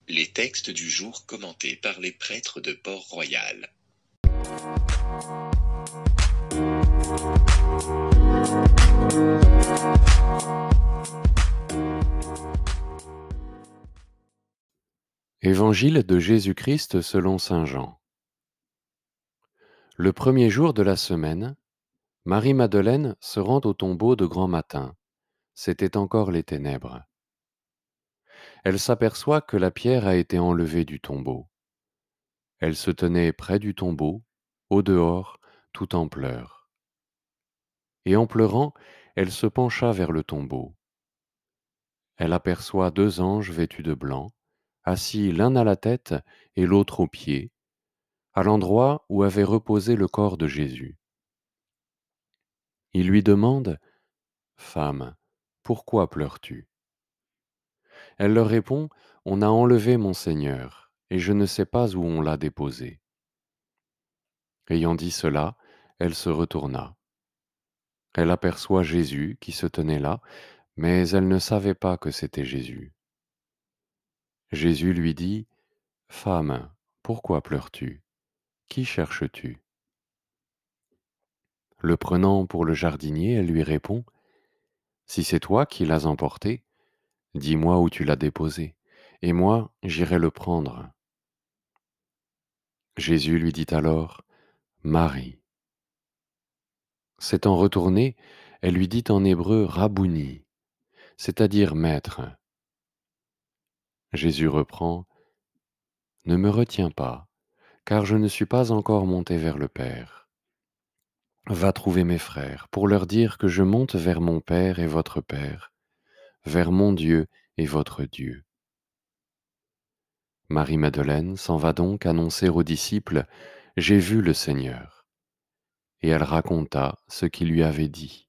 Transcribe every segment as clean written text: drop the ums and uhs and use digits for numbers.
Les textes du jour commentés par les prêtres de Port-Royal. Évangile de Jésus-Christ selon saint Jean. Le premier jour de la semaine, Marie-Madeleine se rend au tombeau de grand matin. C'étaient encore les ténèbres. Elle s'aperçoit que la pierre a été enlevée du tombeau. Elle se tenait près du tombeau, au dehors, tout en pleurs. Et en pleurant, elle se pencha vers le tombeau. Elle aperçoit 2 anges vêtus de blanc, assis l'un à la tête et l'autre aux pieds, à l'endroit où avait reposé le corps de Jésus. Ils lui demandent: Femme, pourquoi pleures-tu? Elle leur répond: On a enlevé mon Seigneur, et je ne sais pas où on l'a déposé. Ayant dit cela, elle se retourna. Elle aperçoit Jésus qui se tenait là, mais elle ne savait pas que c'était Jésus. Jésus lui dit: Femme, pourquoi pleures-tu? Qui cherches-tu? Le prenant pour le jardinier, elle lui répond: Si c'est toi qui l'as emporté, dis-moi où tu l'as déposé, et moi j'irai le prendre. Jésus lui dit alors: Marie. S'étant retournée, elle lui dit en hébreu Rabouni, c'est-à-dire maître. Jésus reprend: Ne me retiens pas, car je ne suis pas encore monté vers le Père. Va trouver mes frères pour leur dire que je monte vers mon Père et votre Père, vers mon Dieu et votre Dieu. Marie-Madeleine s'en va donc annoncer aux disciples: J'ai vu le Seigneur. Et elle raconta ce qu'il lui avait dit.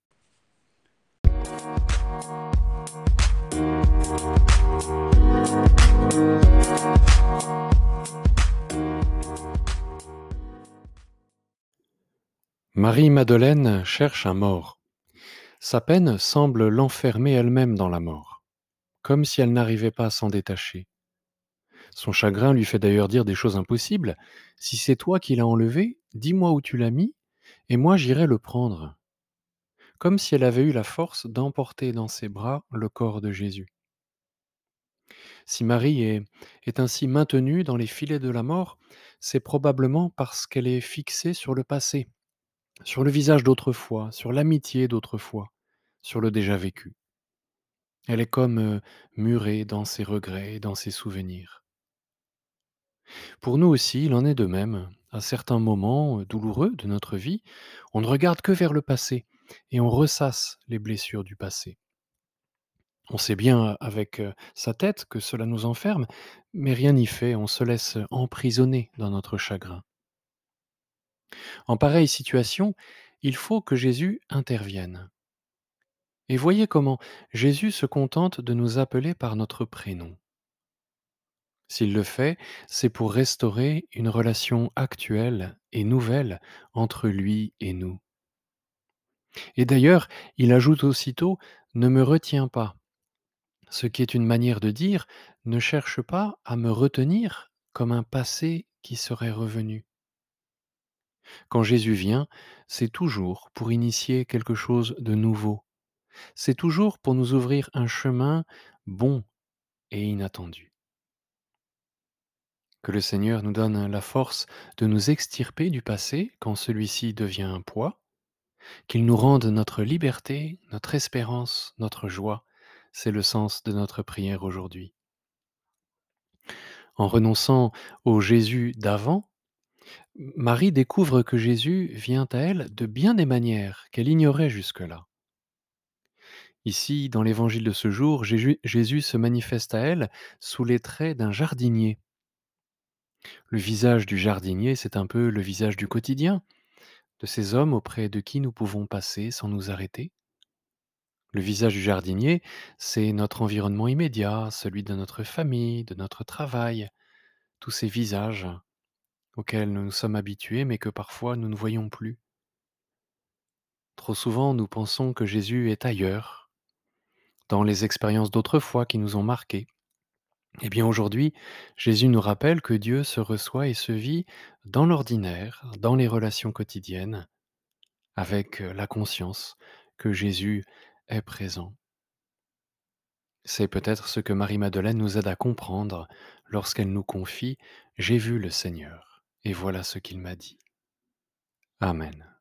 Marie-Madeleine cherche un mort. Sa peine semble l'enfermer elle-même dans la mort, comme si elle n'arrivait pas à s'en détacher. Son chagrin lui fait d'ailleurs dire des choses impossibles. Si c'est toi qui l'as enlevé, dis-moi où tu l'as mis, et moi j'irai le prendre. Comme si elle avait eu la force d'emporter dans ses bras le corps de Jésus. Si Marie est ainsi maintenue dans les filets de la mort, c'est probablement parce qu'elle est fixée sur le passé, sur le visage d'autrefois, sur l'amitié d'autrefois, sur le déjà vécu. Elle est comme murée dans ses regrets et dans ses souvenirs. Pour nous aussi, il en est de même. À certains moments douloureux de notre vie, on ne regarde que vers le passé et on ressasse les blessures du passé. On sait bien avec sa tête que cela nous enferme, mais rien n'y fait, on se laisse emprisonner dans notre chagrin. En pareille situation, il faut que Jésus intervienne. Et voyez comment Jésus se contente de nous appeler par notre prénom. S'il le fait, c'est pour restaurer une relation actuelle et nouvelle entre lui et nous. Et d'ailleurs, il ajoute aussitôt: Ne me retiens pas, ce qui est une manière de dire: Ne cherche pas à me retenir comme un passé qui serait revenu. Quand Jésus vient, c'est toujours pour initier quelque chose de nouveau. C'est toujours pour nous ouvrir un chemin bon et inattendu. Que le Seigneur nous donne la force de nous extirper du passé quand celui-ci devient un poids, qu'il nous rende notre liberté, notre espérance, notre joie. C'est le sens de notre prière aujourd'hui. En renonçant au Jésus d'avant, Marie découvre que Jésus vient à elle de bien des manières qu'elle ignorait jusque-là. Ici, dans l'évangile de ce jour, Jésus se manifeste à elle sous les traits d'un jardinier. Le visage du jardinier, c'est un peu le visage du quotidien, de ces hommes auprès de qui nous pouvons passer sans nous arrêter. Le visage du jardinier, c'est notre environnement immédiat, celui de notre famille, de notre travail, tous ces visages auxquels nous nous sommes habitués mais que parfois nous ne voyons plus. Trop souvent, nous pensons que Jésus est ailleurs, dans les expériences d'autrefois qui nous ont marqués. Eh bien aujourd'hui, Jésus nous rappelle que Dieu se reçoit et se vit dans l'ordinaire, dans les relations quotidiennes, avec la conscience que Jésus est présent. C'est peut-être ce que Marie-Madeleine nous aide à comprendre lorsqu'elle nous confie: «J'ai vu le Seigneur et voilà ce qu'il m'a dit». Amen.